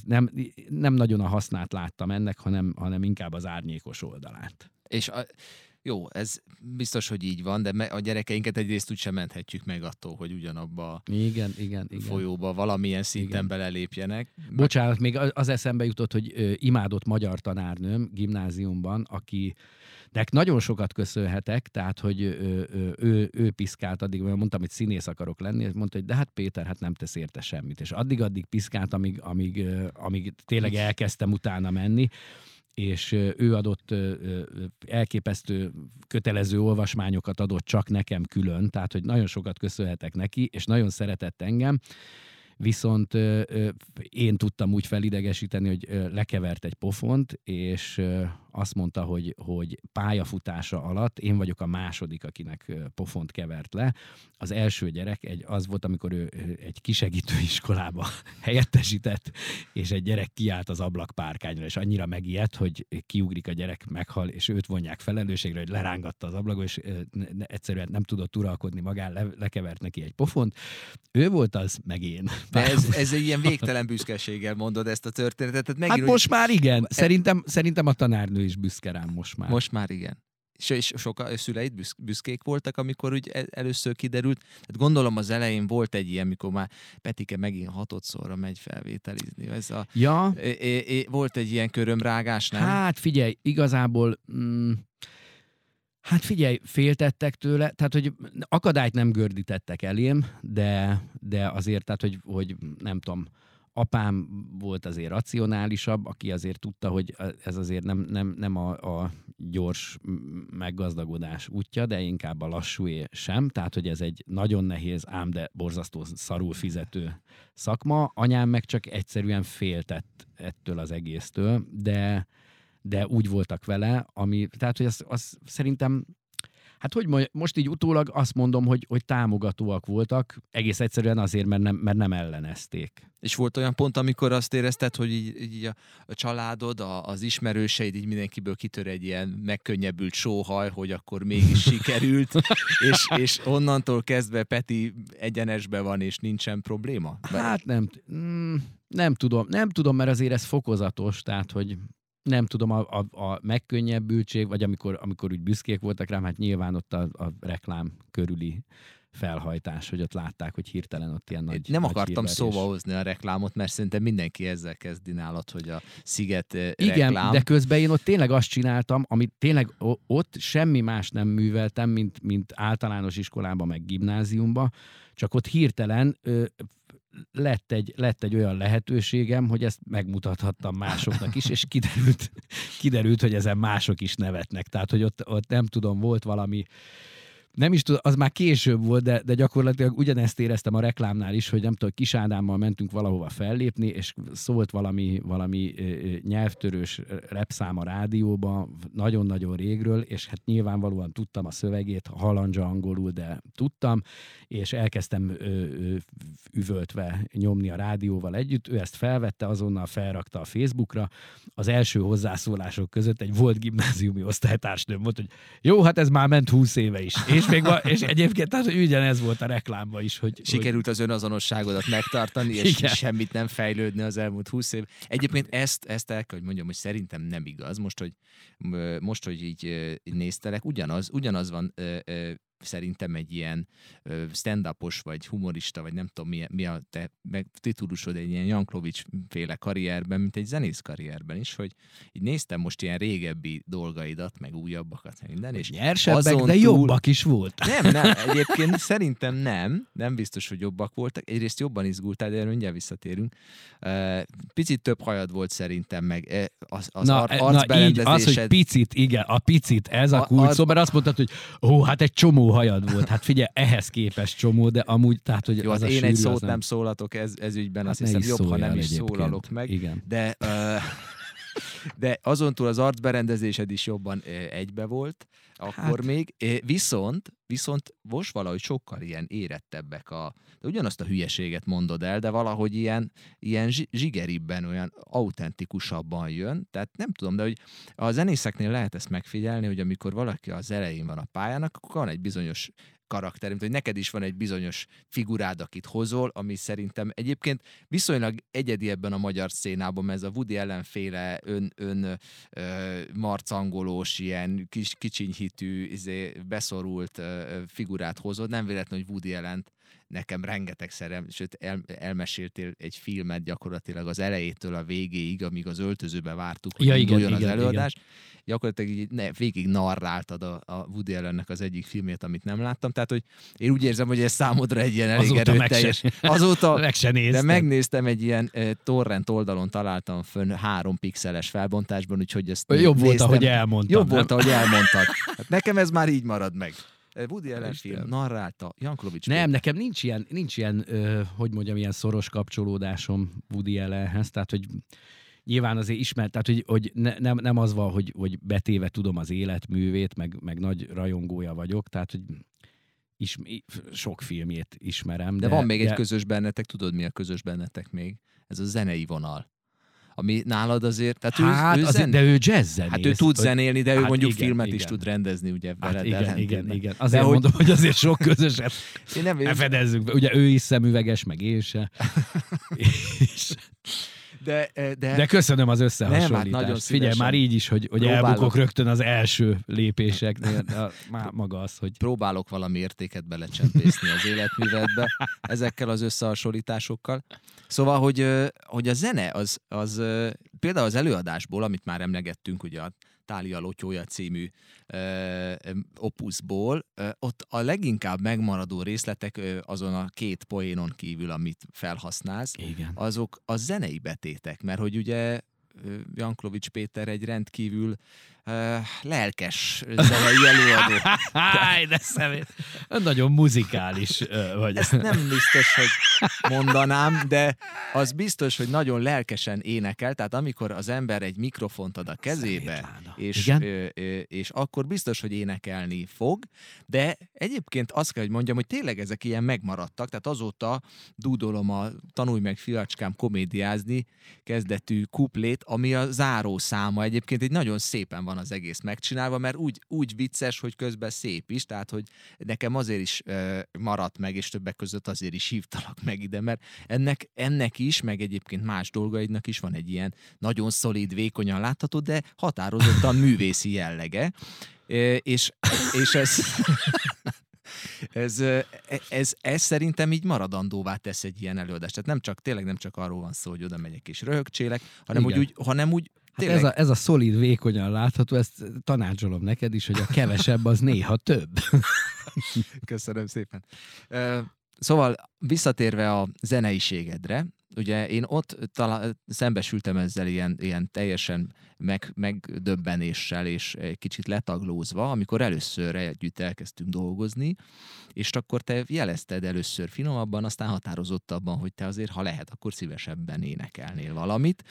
nem nagyon a hasznát láttam ennek, hanem inkább az árnyékos oldalát. És Jó, ez biztos, hogy így van, de a gyerekeinket egyrészt úgysem menthetjük meg attól, hogy ugyanabba a igen. folyóba valamilyen szinten belelépjenek. Bocsánat, még az eszembe jutott, hogy imádott magyar tanárnőm gimnáziumban, akinek nagyon sokat köszönhetek, tehát, hogy ő piszkált addig, mert mondtam, hogy színész akarok lenni, és mondta, hogy de hát Péter, hát nem tesz érte semmit. És addig piszkált, amíg tényleg elkezdtem utána menni, és ő adott elképesztő kötelező olvasmányokat adott csak nekem külön, tehát, hogy nagyon sokat köszönhetek neki, és nagyon szeretett engem, viszont én tudtam úgy felidegesíteni, hogy lekevert egy pofont, és azt mondta, hogy pályafutása alatt én vagyok a második, akinek pofont kevert le. Az első gyerek az volt, amikor ő egy kisegítő iskolába helyettesített, és egy gyerek kiállt az ablakpárkányra, és annyira megijedt, hogy kiugrik a gyerek, meghal, és őt vonják felelősségre, hogy lerángatta az ablakot, és egyszerűen nem tudott uralkodni magán, lekevert neki egy pofont. Ő volt az, meg én. De ez egy ilyen végtelen büszkeséggel mondod ezt a történetet. Tehát megint, hát most már igen. Szerintem a tanárnő is büszke rám most már. Most már igen. És sokan szüleid büszkék voltak, amikor úgy először kiderült. Tehát gondolom az elején volt egy ilyen, mikor már Petike megint hatodszorra megy felvételizni. Volt egy ilyen körömrágás, nem? Hát figyelj, igazából... Hát figyelj, féltettek tőle, tehát, hogy akadályt nem gördítettek elém, de azért, tehát, hogy nem tudom, apám volt azért racionálisabb, aki azért tudta, hogy ez azért nem a gyors meggazdagodás útja, de inkább a lassúé sem, tehát, hogy ez egy nagyon nehéz, ám de borzasztó szarul fizető szakma. Anyám meg csak egyszerűen féltett ettől az egésztől, de úgy voltak vele, tehát, hogy az szerintem, hát hogy most így utólag azt mondom, hogy támogatóak voltak, egész egyszerűen azért, mert nem ellenezték. És volt olyan pont, amikor azt érezted, hogy így a családod, az ismerőseid, így mindenkiből kitör egy ilyen megkönnyebbült sóhaj, hogy akkor mégis sikerült, és onnantól kezdve Peti egyenesbe van, és nincsen probléma? Hát nem tudom, mert azért ez fokozatos, tehát, hogy nem tudom, a megkönnyebbültség, vagy amikor úgy büszkék voltak rám, hát nyilván ott a reklám körüli felhajtás, hogy ott látták, hogy hirtelen ott ilyen nagy nem akartam hírverés. szóba hozni a reklámot, mert szerintem mindenki ezzel kezdi nálad, hogy a Sziget igen, reklám. De közben én ott tényleg azt csináltam, amit tényleg ott semmi más nem műveltem, mint általános iskolában, meg gimnáziumban, csak ott hirtelen lett egy olyan lehetőségem, hogy ezt megmutathattam másoknak is, és kiderült, hogy ezen mások is nevetnek. Tehát, hogy ott nem tudom, volt valami, nem is tudom, az már később volt, de gyakorlatilag ugyanezt éreztem a reklámnál is, hogy nem tudom, Kis Ádámmal mentünk valahova fellépni, és szólt valami nyelvtörős repszám a rádióban, nagyon-nagyon régről, és hát nyilvánvalóan tudtam a szövegét, halandzsa angolul, de tudtam, és elkezdtem üvöltve nyomni a rádióval együtt. Ő ezt felvette, azonnal felrakta a Facebookra. Az első hozzászólások között egy volt gimnáziumi osztálytársnőm mondta, hogy jó, hát ez már ment 20 éve is. És egyébként tehát, hogy ugyanez volt a reklámban is. Sikerült az önazonosságodat megtartani, és igen, semmit nem fejlődni az elmúlt 20 év. Egyébként ezt el kell, hogy mondjam, hogy szerintem nem igaz. Most, hogy így néztelek, ugyanaz van szerintem egy ilyen stand-upos, vagy humorista, vagy nem tudom mi a te titulusod egy ilyen Jankovics-féle karrierben, mint egy zenész karrierben is, hogy így néztem most ilyen régebbi dolgaidat, meg újabbakat, meg minden, és nyersebbek, de jobbak is voltak. Nem, egyébként szerintem nem biztos, hogy jobbak voltak. Egyrészt jobban izgultál, de erről mindjárt visszatérünk. Picit több hajad volt szerintem, meg arcberendezésed. Az, hogy picit, igen, a picit, ez a kulcs szó, mert azt mondtad, hogy hát egy csomó hajad volt. Hát figyelj, ehhez képest csomó, de amúgy, tehát, hogy jó, az én egy szót nem szólatok ez ügyben, azt hiszem jobb, ha nem is szólalok meg. Igen. De azon túl az arcberendezésed is jobban egybe volt, akkor még. Viszont most valahogy sokkal ilyen érettebbek de ugyanazt a hülyeséget mondod el, de valahogy ilyen zsigeribben, olyan autentikusabban jön. Tehát nem tudom, de hogy a zenészeknél lehet ezt megfigyelni, hogy amikor valaki az elején van a pályának, akkor van egy bizonyos karakter, mint hogy neked is van egy bizonyos figurád, akit hozol, ami szerintem egyébként viszonylag egyedi ebben a magyar szénában, mert ez a Woody Allen-féle marcangolós, ilyen kicsinyhitű, beszorult figurát hozod. Nem véletlen, hogy Woody Allent nekem rengetegszer, sőt elmeséltél egy filmet gyakorlatilag az elejétől a végéig, amíg az öltözőbe vártuk, hogy induljon az előadás. Igen. Gyakorlatilag így végig narráltad a Woody Allennek az egyik filmét, amit nem láttam. Tehát, hogy én úgy érzem, hogy ez számodra egy ilyen elég erőteljes. Azóta meg se néztem. De megnéztem egy ilyen torrent oldalon, találtam fönn 3 pixeles felbontásban, úgyhogy ezt jobb volt, ahogy elmondtam. Jobb volt, ahogy elmondtad. Hát nekem ez már így marad meg. Woody Allen film narrálta Jankovics. Nem, nekem nincs ilyen hogy mondjam, ilyen szoros kapcsolódásom Woody Allenhez, tehát, hogy nyilván azért ismert, tehát, hogy nem az van, hogy betéve tudom az életművét, meg nagy rajongója vagyok, tehát, hogy sok filmjét ismerem. De van még egy közös bennetek, tudod mi a közös bennetek még? Ez a zenei vonal. Ami nálad azért... Tehát de ő jazzzenész. Hát ő tud zenélni, de ő mondjuk filmet is tud rendezni, ugye veled. Igen. Azért mondom, hogy azért sok közöset fedezzünk be. Ugye ő is szemüveges, meg én se. De köszönöm az összehasonlítást. Figyelj, már így is, hogy elbukok rögtön az első lépéseknél. Maga az, hogy... Próbálok valami értéket belecsempészni az életművedbe ezekkel az összehasonlításokkal. Szóval, hogy a zene az például az előadásból, amit már emlegettünk, ugye a Tália Lotyója című opuszból, ott a leginkább megmaradó részletek azon a 2 poénon kívül, amit felhasználsz, igen, azok a zenei betétek, mert hogy ugye Jankovics Péter egy rendkívül lelkes zenei előadó. Háj, de szemét! Nagyon muzikális vagy. Ezt nem biztos, hogy mondanám, de az biztos, hogy nagyon lelkesen énekel, tehát amikor az ember egy mikrofont ad a kezébe, és akkor biztos, hogy énekelni fog, de egyébként azt kell, hogy mondjam, hogy tényleg ezek ilyen megmaradtak, tehát azóta dúdolom a Tanulj meg fiacskám komédiázni kezdetű kuplét, ami a záró száma. Egyébként egy nagyon szépen van az egész megcsinálva, mert úgy vicces, hogy közben szép is, tehát hogy nekem azért is maradt meg, és többek között azért is hívtalak meg ide, mert ennek is, meg egyébként más dolgaidnak is van egy ilyen nagyon szolid, vékonyan látható, de határozottan művészi jellege. És ez szerintem így maradandóvá tesz egy ilyen előadást. Tehát tényleg nem csak arról van szó, hogy oda megyek és röhögcsélek, hanem úgy hát ez a szolid, vékonyan látható, ezt tanácsolom neked is, hogy a kevesebb az néha több. Köszönöm szépen. Szóval visszatérve a zeneiségedre, ugye én ott szembesültem ezzel ilyen teljesen megdöbbenéssel és egy kicsit letaglózva, amikor először együtt elkezdtünk dolgozni, és akkor te jelezted először finomabban, aztán határozottabban, hogy te azért, ha lehet, akkor szívesebben énekelnél valamit.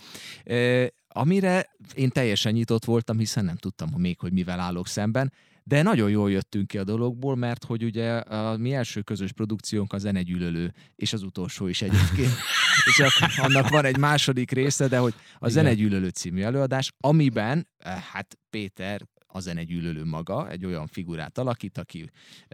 Amire én teljesen nyitott voltam, hiszen nem tudtam még, hogy mivel állok szemben, de nagyon jól jöttünk ki a dologból, mert hogy ugye a mi első közös produkciónk a Zenegyűlölő, és az utolsó is egyébként. És annak van egy második része, de hogy a Zenegyűlölő című előadás, amiben hát Péter a zenegyűlölő maga egy olyan figurát alakít, aki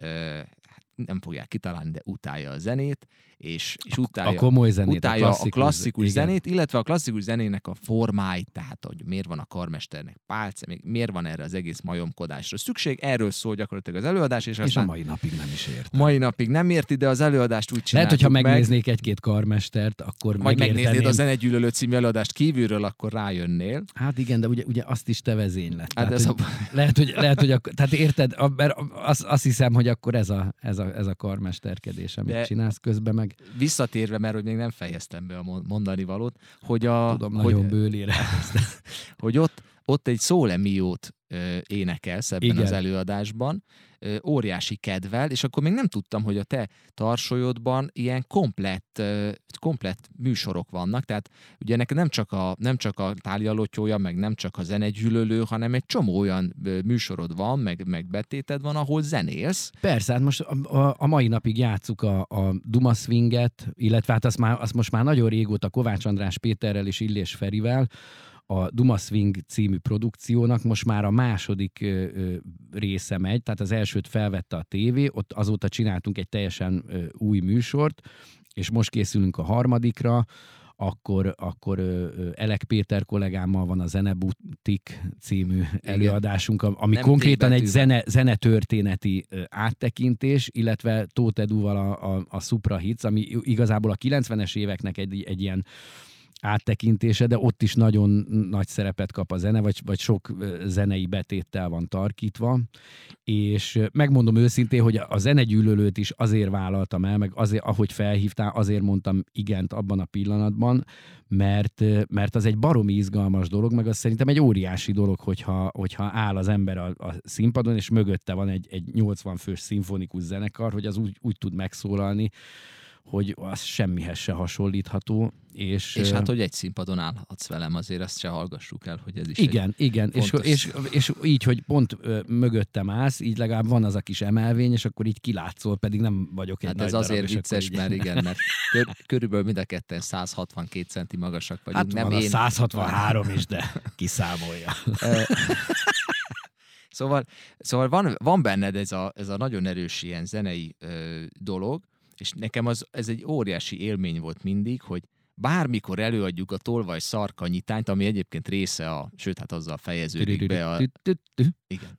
nem fogják kitalálni, de utálja a zenét, és utálja a komoly zenét, utálja a klasszikus zenét, illetve a klasszikus zenének a formáit, tehát hogy miért van a karmesternek pálca, miért van erre az egész majomkodásra szükség, erről szól gyakorlatilag az előadás, és aztán a mai napig nem is értem. Mai napig nem érti, de az előadást úgy csináltuk. Lehet, hogyha megnéznék egy-két karmestert, akkor majd megnéznéd a Zenegyűlölő című előadást kívülről, akkor rájönnél. Hát igen, de ugye azt is te vezényled. Hát lehet, hogy tehát érted, azt hiszem, hogy akkor ez a karmesterkedés, amit csinálsz közben meg. Visszatérve, mert hogy még nem fejeztem be a mondani valót, hogy tudom, nagyon bőlére. Hogy ott egy Sole Miót énekelsz ebben az előadásban, óriási kedvel, és akkor még nem tudtam, hogy a te tarsolyodban ilyen komplett műsorok vannak, tehát ugye neked nem csak a Tália Lotyója, meg nem csak a Zenegyűlölő, hanem egy csomó olyan műsorod van, meg betéted van, ahol zenélsz. Persze, hát most a mai napig játsszuk a Duma Swinget, illetve hát azt most már nagyon régóta Kovács András Péterrel és Illés Ferivel, a Duma Swing című produkciónak most már a második része megy, tehát az elsőt felvette a tévé, ott azóta csináltunk egy teljesen új műsort, és most készülünk a harmadikra, akkor Elek Péter kollégámmal van a Zenebutik című előadásunk, ami nem konkrétan egy zenetörténeti áttekintés, illetve Tóth Eduval a Supra Hits, ami igazából a 90-es éveknek egy ilyen áttekintése, de ott is nagyon nagy szerepet kap a zene, vagy sok zenei betéttel van tarkítva, és megmondom őszintén, hogy a zenegyűlölőt is azért vállaltam el, meg azért, ahogy felhívtál, azért mondtam igent abban a pillanatban, mert az egy baromi izgalmas dolog, meg az szerintem egy óriási dolog, hogyha áll az ember a színpadon, és mögötte van egy 80 fős szimfonikus zenekar, hogy az úgy tud megszólalni, hogy az semmihez se hasonlítható. És hát, hogy egy színpadon állhatsz velem, azért azt se hallgassuk el, hogy ez is igen, és így, hogy pont mögöttem állsz, így legalább van az a kis emelvény, és akkor így kilátszol, pedig nem vagyok egy hát nagy ez darab, azért vicces, mert körülbelül mind a ketten 162 centi magasak vagyunk. Hát nem van én... a 163 is, de kiszámolja. Szóval van benned ez a nagyon erős ilyen zenei dolog, és nekem ez egy óriási élmény volt mindig, hogy bármikor előadjuk a Tolvaj szarkanyitányt, ami egyébként része sőt, hát azzal fejeződik be a... Igen.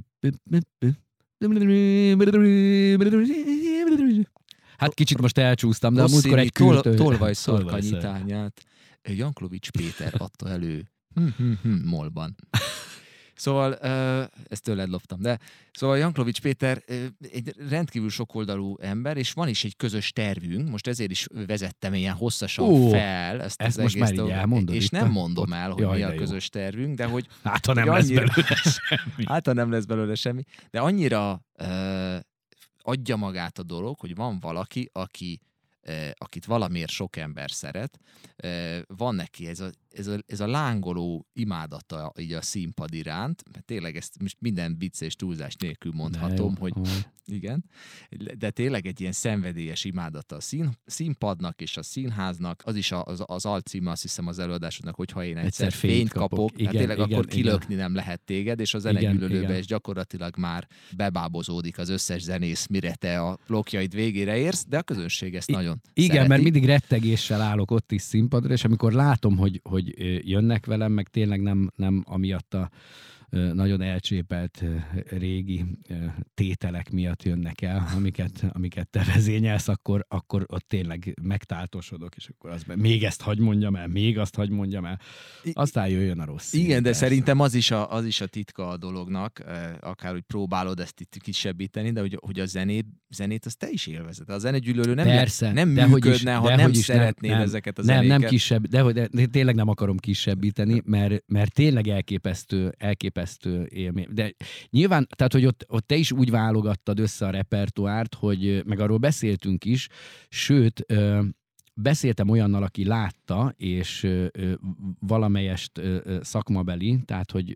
Hát kicsit most elcsúsztam, de a múltkor egy Tolvaj szarkanyitányát Janklovics Péter adta elő molban. Szóval, ezt tőled loptam, de szóval Janklovics Péter egy rendkívül sokoldalú ember, és van is egy közös tervünk, most ezért is vezettem ilyen hosszasan fel ezt az most egész már így elmondod, és nem mondom el, hogy mi a közös tervünk, de hogy... Hát, ha nem lesz belőle semmi. Hát, ha nem lesz belőle semmi, de annyira adja magát a dolog, hogy van valaki, akit valamiért sok ember szeret, van neki ez a lángoló imádata így a színpad iránt, mert tényleg ezt most minden vicc és túlzás nélkül mondhatom, hogy igen, de tényleg egy ilyen szenvedélyes imádata a színpadnak és a színháznak, az is az alcíme, azt hiszem az előadásodnak, hogy ha én egyszer fényt kapok, igen, hát tényleg igen, akkor kilökni nem lehet téged, és a zenegyűlölőbe is gyakorlatilag már bebábozódik az összes zenész, mire te a blokkjaid végére érsz, de a közönség ezt nagyon szereti. Mert mindig rettegéssel állok ott is színpadra, és amikor látom, hogy jönnek velem, meg tényleg nem amiatt a nagyon elcsépelt régi tételek miatt jönnek el, amiket te vezényelsz, akkor ott tényleg megtáltosodok, és akkor még ezt hagy mondjam el, még azt hagy mondjam el. Aztán jöjjön a rossz. Igen, de szerintem az is a titka a dolognak, akárhogy próbálod ezt itt kisebbíteni, de hogy a zenét azt te is élvezed. A zenegyűlölő nem működne, ha nem szeretnéd ezeket a zenéket. Nem kisebb, de tényleg nem akarom kisebbíteni, mert tényleg elképesztő élmény. De nyilván, tehát, hogy ott te is úgy válogattad össze a repertoárt, hogy meg arról beszéltünk is, sőt, beszéltem olyannal, aki látta, és valamelyest szakmabeli, tehát, hogy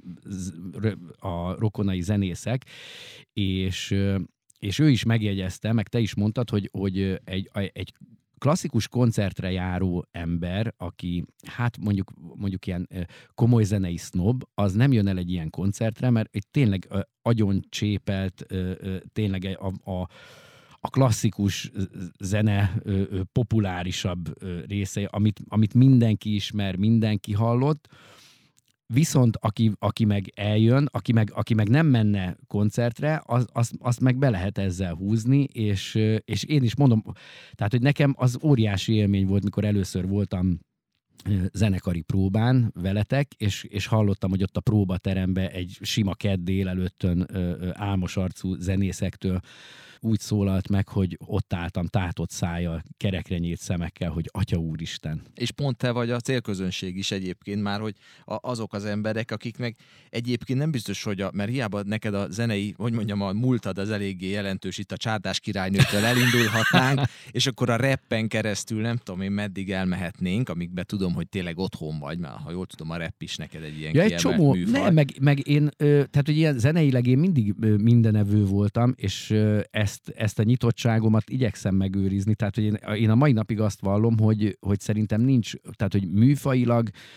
a rokonai zenészek, és ő is megjegyezte, meg te is mondtad, hogy egy klasszikus koncertre járó ember, aki hát mondjuk ilyen komoly zenei sznob, az nem jön el egy ilyen koncertre, mert egy tényleg agyoncsépelt, tényleg a klasszikus zene populárisabb része, amit mindenki ismer, mindenki hallott, viszont aki meg eljön, aki meg nem menne koncertre, azt meg be lehet ezzel húzni, és én is mondom, tehát, hogy nekem az óriási élmény volt, mikor először voltam zenekari próbán veletek, és hallottam, hogy ott a próbateremben egy sima kedd délelőttön álmos arcú zenészektől úgy szólalt meg, hogy ott álltam tátott szájjal, kerekre nyílt szemekkel, hogy Atya Úristen. És pont te vagy a célközönség is egyébként már, hogy azok az emberek, akik meg egyébként nem biztos, hogy mert hiába neked a zenei, hogy mondjam, a múltad az eléggé jelentős, itt a Csárdás királynőtől elindulhatnánk, és akkor a rappen keresztül nem tudom én meddig elmehetnénk, amikben tudom, hogy tényleg otthon vagy, mert ha jól tudom, a rap is neked egy ilyen kiemelt csomó, műfaj. Nem, meg én, tehát hogy ilyen zeneileg én mindig mindenevő voltam, és ezt a nyitottságomat igyekszem megőrizni, tehát hogy én a mai napig azt vallom, hogy szerintem nincs, tehát hogy műfajilag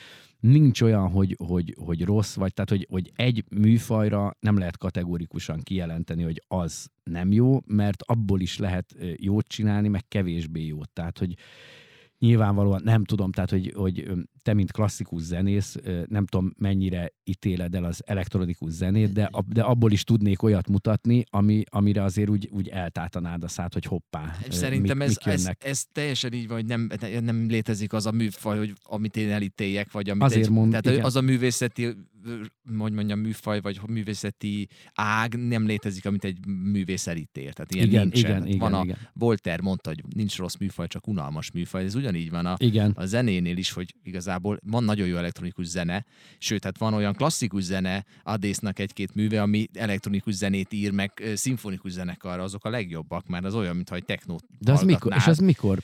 nincs olyan, hogy rossz, vagy tehát, hogy egy műfajra nem lehet kategorikusan kijelenteni, hogy az nem jó, mert abból is lehet jót csinálni, meg kevésbé jót. Tehát, hogy nyilvánvalóan nem tudom, tehát, hogy te, mint klasszikus zenész, nem tudom, mennyire ítéled el az elektronikus zenét, de abból is tudnék olyat mutatni, amire azért úgy eltátanád a szád, hogy hoppá. Szerintem ez teljesen így van, hogy nem létezik az a műfaj, hogy amit én elítéljek, vagy amit azért tehát az a művészeti, hogy mondjam, műfaj, vagy művészeti ág nem létezik, amit egy művész elítél. Tehát ilyen nincsen. Igen. Voltaire mondta, hogy nincs rossz műfaj, csak unalmas műfaj. Ez ugyanígy van a zenénél is, hogy igazából van nagyon jó elektronikus zene, sőt, hát van olyan klasszikus zene, Adésznak egy-két műve, ami elektronikus zenét ír, meg szimfonikus zenekarra, azok a legjobbak, mert az olyan, mintha egy technót de az mikor? És az mikor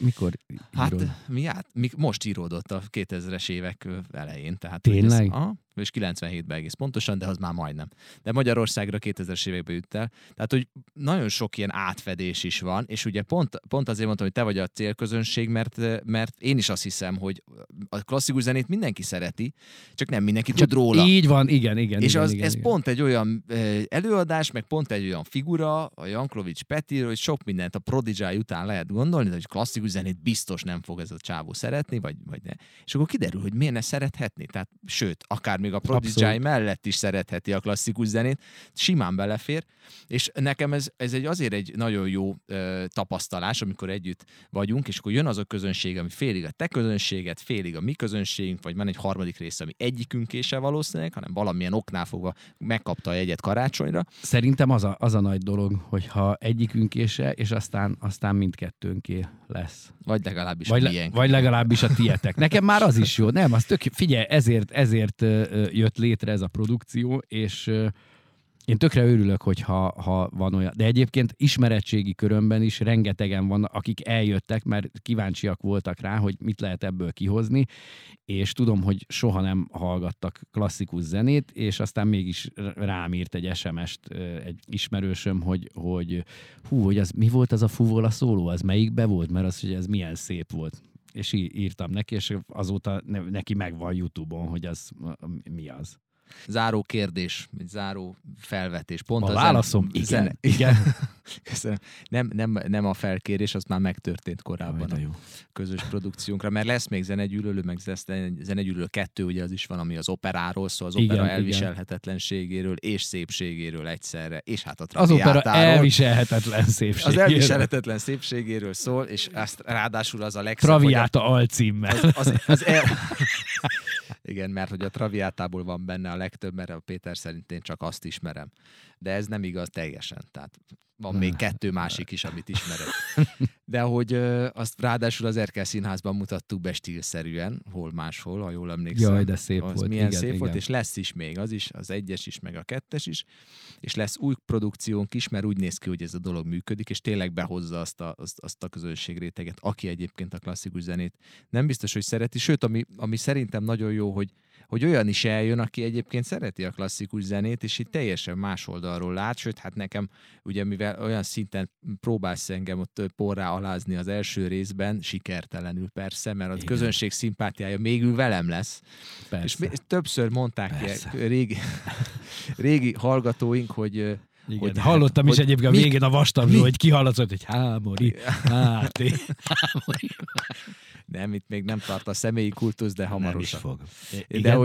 hát most íródott a 2000-es évek elején. Tehát, tényleg? És 97-ben egész pontosan, de az már majdnem. De Magyarországra 2000-es években jött el. Tehát, hogy nagyon sok ilyen átfedés is van, és ugye pont azért mondtam, hogy te vagy a célközönség, mert én is azt hiszem, hogy a klasszikus zenét mindenki szereti, csak nem mindenki tud róla. Így van, igen. És ez pont egy olyan előadás, meg pont egy olyan figura, a Jankovics Petiről, hogy sok mindent a Prodigy után lehet gondolni, hogy klasszikus zenét biztos nem fog ez a csávó szeretni, vagy ne. És akkor kiderül, hogy miért ne szerethetni. Tehát, sőt, akár még a Prodigy mellett is szeretheti a klasszikus zenét, simán belefér, és nekem ez azért egy nagyon jó tapasztalás, amikor együtt vagyunk, és akkor jön az a közönség, ami félig a te közönséget, félig a mi közönségünk, vagy van egy harmadik része, ami egyikünké se valószínűleg, hanem valamilyen oknál fogva megkapta a jegyet karácsonyra. Szerintem az a nagy dolog, hogyha egyikünké se, és aztán mindkettőnké lesz. Vagy legalábbis vagy legalábbis a tietek. Nekem már az is jó. Nem, az figyelj, ezért jött létre ez a produkció, és én tökre örülök, hogyha van olyan. De egyébként ismeretségi körömben is rengetegen vannak, akik eljöttek, mert kíváncsiak voltak rá, hogy mit lehet ebből kihozni, és tudom, hogy soha nem hallgattak klasszikus zenét, és aztán mégis rám írt egy SMS-t egy ismerősöm, hogy mi volt az a Fuvola szóló, az melyikbe volt, mert az, hogy ez milyen szép volt. És írtam neki, és azóta neki megvan YouTube-on, hogy az mi az. Záró kérdés, záró felvetés. Pont a válaszom igen. Köszönöm. Nem a felkérés, az már megtörtént korábban a közös produkciónkra, mert lesz még zenegyűlölő, meg zenegyűlölő 2, ugye az is van, ami az operáról szól, az opera elviselhetetlenségéről és szépségéről egyszerre, és hát a traviátáról. Az opera elviselhetetlen szépségéről. Az elviselhetetlen szépségéről szól, és ezt ráadásul az a legszebb. Traviáta alcímmel. Igen, mert hogy a Traviátából van benne a legtöbb, mert a Péter szerint én csak azt ismerem. De ez nem igaz teljesen, tehát van még 2 másik is, amit ismerek. De hogy azt ráadásul az Erkel Színházban mutattuk be stílszerűen, hol máshol, ha jól emlékszem. Jaj, de szép az volt. Milyen szép volt, és lesz is még, az 1-es is, meg a 2-es is, és lesz új produkciónk is, mert úgy néz ki, hogy ez a dolog működik, és tényleg behozza azt a közönségréteget, aki egyébként a klasszikus zenét nem biztos, hogy szereti, sőt, ami szerintem nagyon jó, hogy olyan is eljön, aki egyébként szereti a klasszikus zenét, és itt teljesen más oldalról lát, sőt, hát nekem, ugye mivel olyan szinten próbálsz engem ott porrá alázni az első részben, sikertelenül persze, mert a közönség szimpátiája végül velem lesz. Persze. És többször mondták régi hallgatóink, hogy igen, hogy hallottam is egyébként a végén a vastagnó, hogy kihallatszott, hogy hámori. Nem, itt még nem tart a személyi kultusz, de hamarosan. Nem is fog. De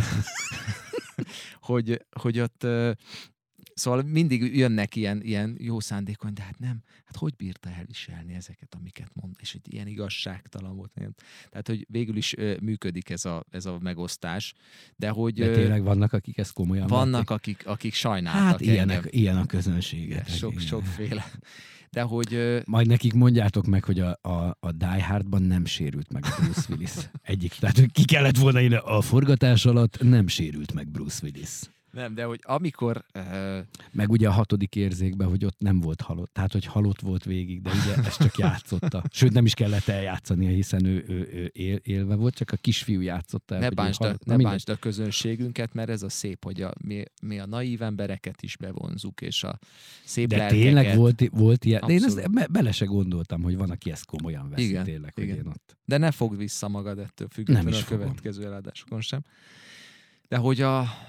hogy ott szóval mindig jönnek ilyen jó szándékon, de hát nem, hát hogy bírta elviselni ezeket, amiket mond, és hogy ilyen igazságtalan volt. Tehát, hogy végül is működik ez a megosztás, de tényleg vannak, akik ezt komolyan vannak, akik sajnáltak. Hát ilyen a közönséget. Sokféle. De hogy... Majd nekik mondjátok meg, hogy a Die Hardban nem sérült meg Bruce Willis. Tehát ki kellett volna írni, a forgatás alatt nem sérült meg Bruce Willis. Nem, de hogy amikor... Meg ugye a 6. érzékben, hogy ott nem volt halott. Tehát, hogy halott volt végig, de ugye ezt csak játszotta. Sőt, nem is kellett eljátszania, hiszen ő élve volt, csak a kisfiú játszotta el. Ne bántsd a közönségünket, mert ez a szép, hogy mi a naív embereket is bevonzuk, és a szép de lelkeket. Tényleg volt ilyen. De én ezt bele se gondoltam, hogy van, aki ezt komolyan veszi. Igen, tényleg, hogy én ott. De ne fogd vissza magad ettől függetlenül a következő eladásokon sem. De hogy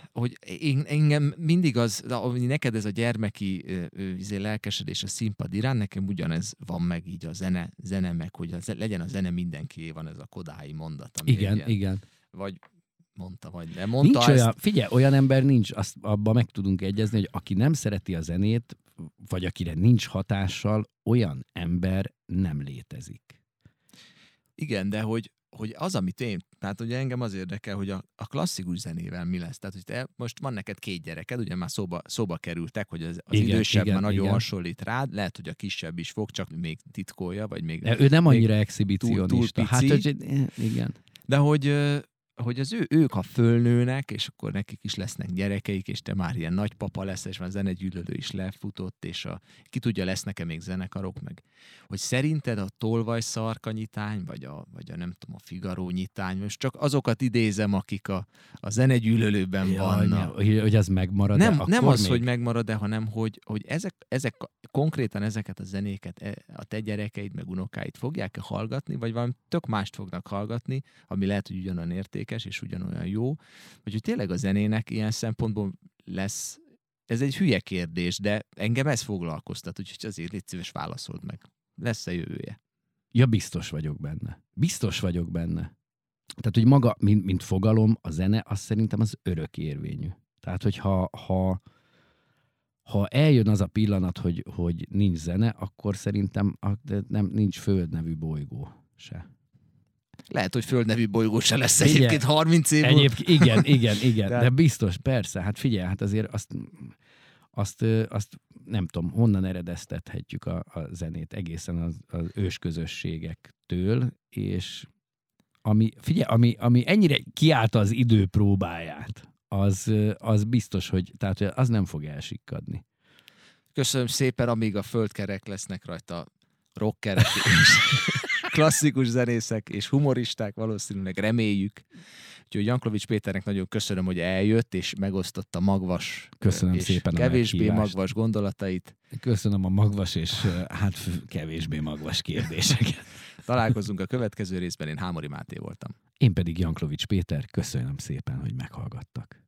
engem mindig neked ez a gyermeki lelkesedés a színpad iránt, nekem ugyanez van meg így a zene meg, hogy legyen a zene mindenkié, van ez a Kodályi mondat. Igen. Vagy mondta, vagy nem mondta. Nincs olyan, figyelj, olyan ember nincs, abban meg tudunk egyezni, hogy aki nem szereti a zenét, vagy akire nincs hatással, olyan ember nem létezik. Igen, de hogy az, amit én, tehát ugye engem az érdekel, hogy a klasszikus zenével mi lesz. Tehát, hogy most van neked 2 gyereked, ugye már szóba kerültek, hogy az idősebb már nagyon hasonlít rád, lehet, hogy a kisebb is fog, csak még titkolja, vagy még... De ő nem annyira exhibicionista. Hát, igen. De hogy ők ha fölnőnek, és akkor nekik is lesznek gyerekeik, és te már ilyen nagypapa lesz, és már zenegyűlölő is lefutott, és ki tudja, lesz nekem még zenekarok meg. Hogy szerinted a tolvajszarka-nyitány, vagy a nem tudom, a Figaro nyitány, most csak azokat idézem, akik a zenegyűlölőben vannak. Hogy az megmarad. Nem az, hogy megmarad, hanem hogy ezek konkrétan ezeket a zenéket a te gyerekeid meg unokáid fogják-e hallgatni, vagy valami tök mást fognak hallgatni, ami lehet, hogy ugyanolyan értékes, és ugyanolyan jó, vagy hogy tényleg a zenének ilyen szempontból lesz, ez egy hülye kérdés, de engem ez foglalkoztat, úgyhogy azért légy szíves, válaszold meg. Lesz-e jövője? Ja, biztos vagyok benne. Tehát, hogy maga, mint fogalom, a zene, az szerintem az örökérvényű. Tehát, hogy ha eljön az a pillanat, hogy nincs zene, akkor szerintem nincs Föld nevű bolygó se. Lehet, hogy Föld nevű bolygó se lesz egyébként 30 év. Igen. De biztos, persze. Hát figyelj, hát azért azt nem tudom, honnan eredeztethetjük a zenét egészen az ősközösségektől, és ami ennyire kiállta az idő próbáját, az biztos, hogy tehát az nem fog elsikkadni. Köszönöm szépen, amíg a földkerek lesznek rajta rockerek és klasszikus zenészek és humoristák, valószínűleg reméljük. Úgyhogy Janklowicz Péternek nagyon köszönöm, hogy eljött és megosztotta magvas köszönöm és szépen kevésbé magvas gondolatait. Köszönöm a magvas és kevésbé magvas kérdéseket. Találkozunk a következő részben, én Hámori Máté voltam. Én pedig Janklowicz Péter, köszönöm szépen, hogy meghallgattak.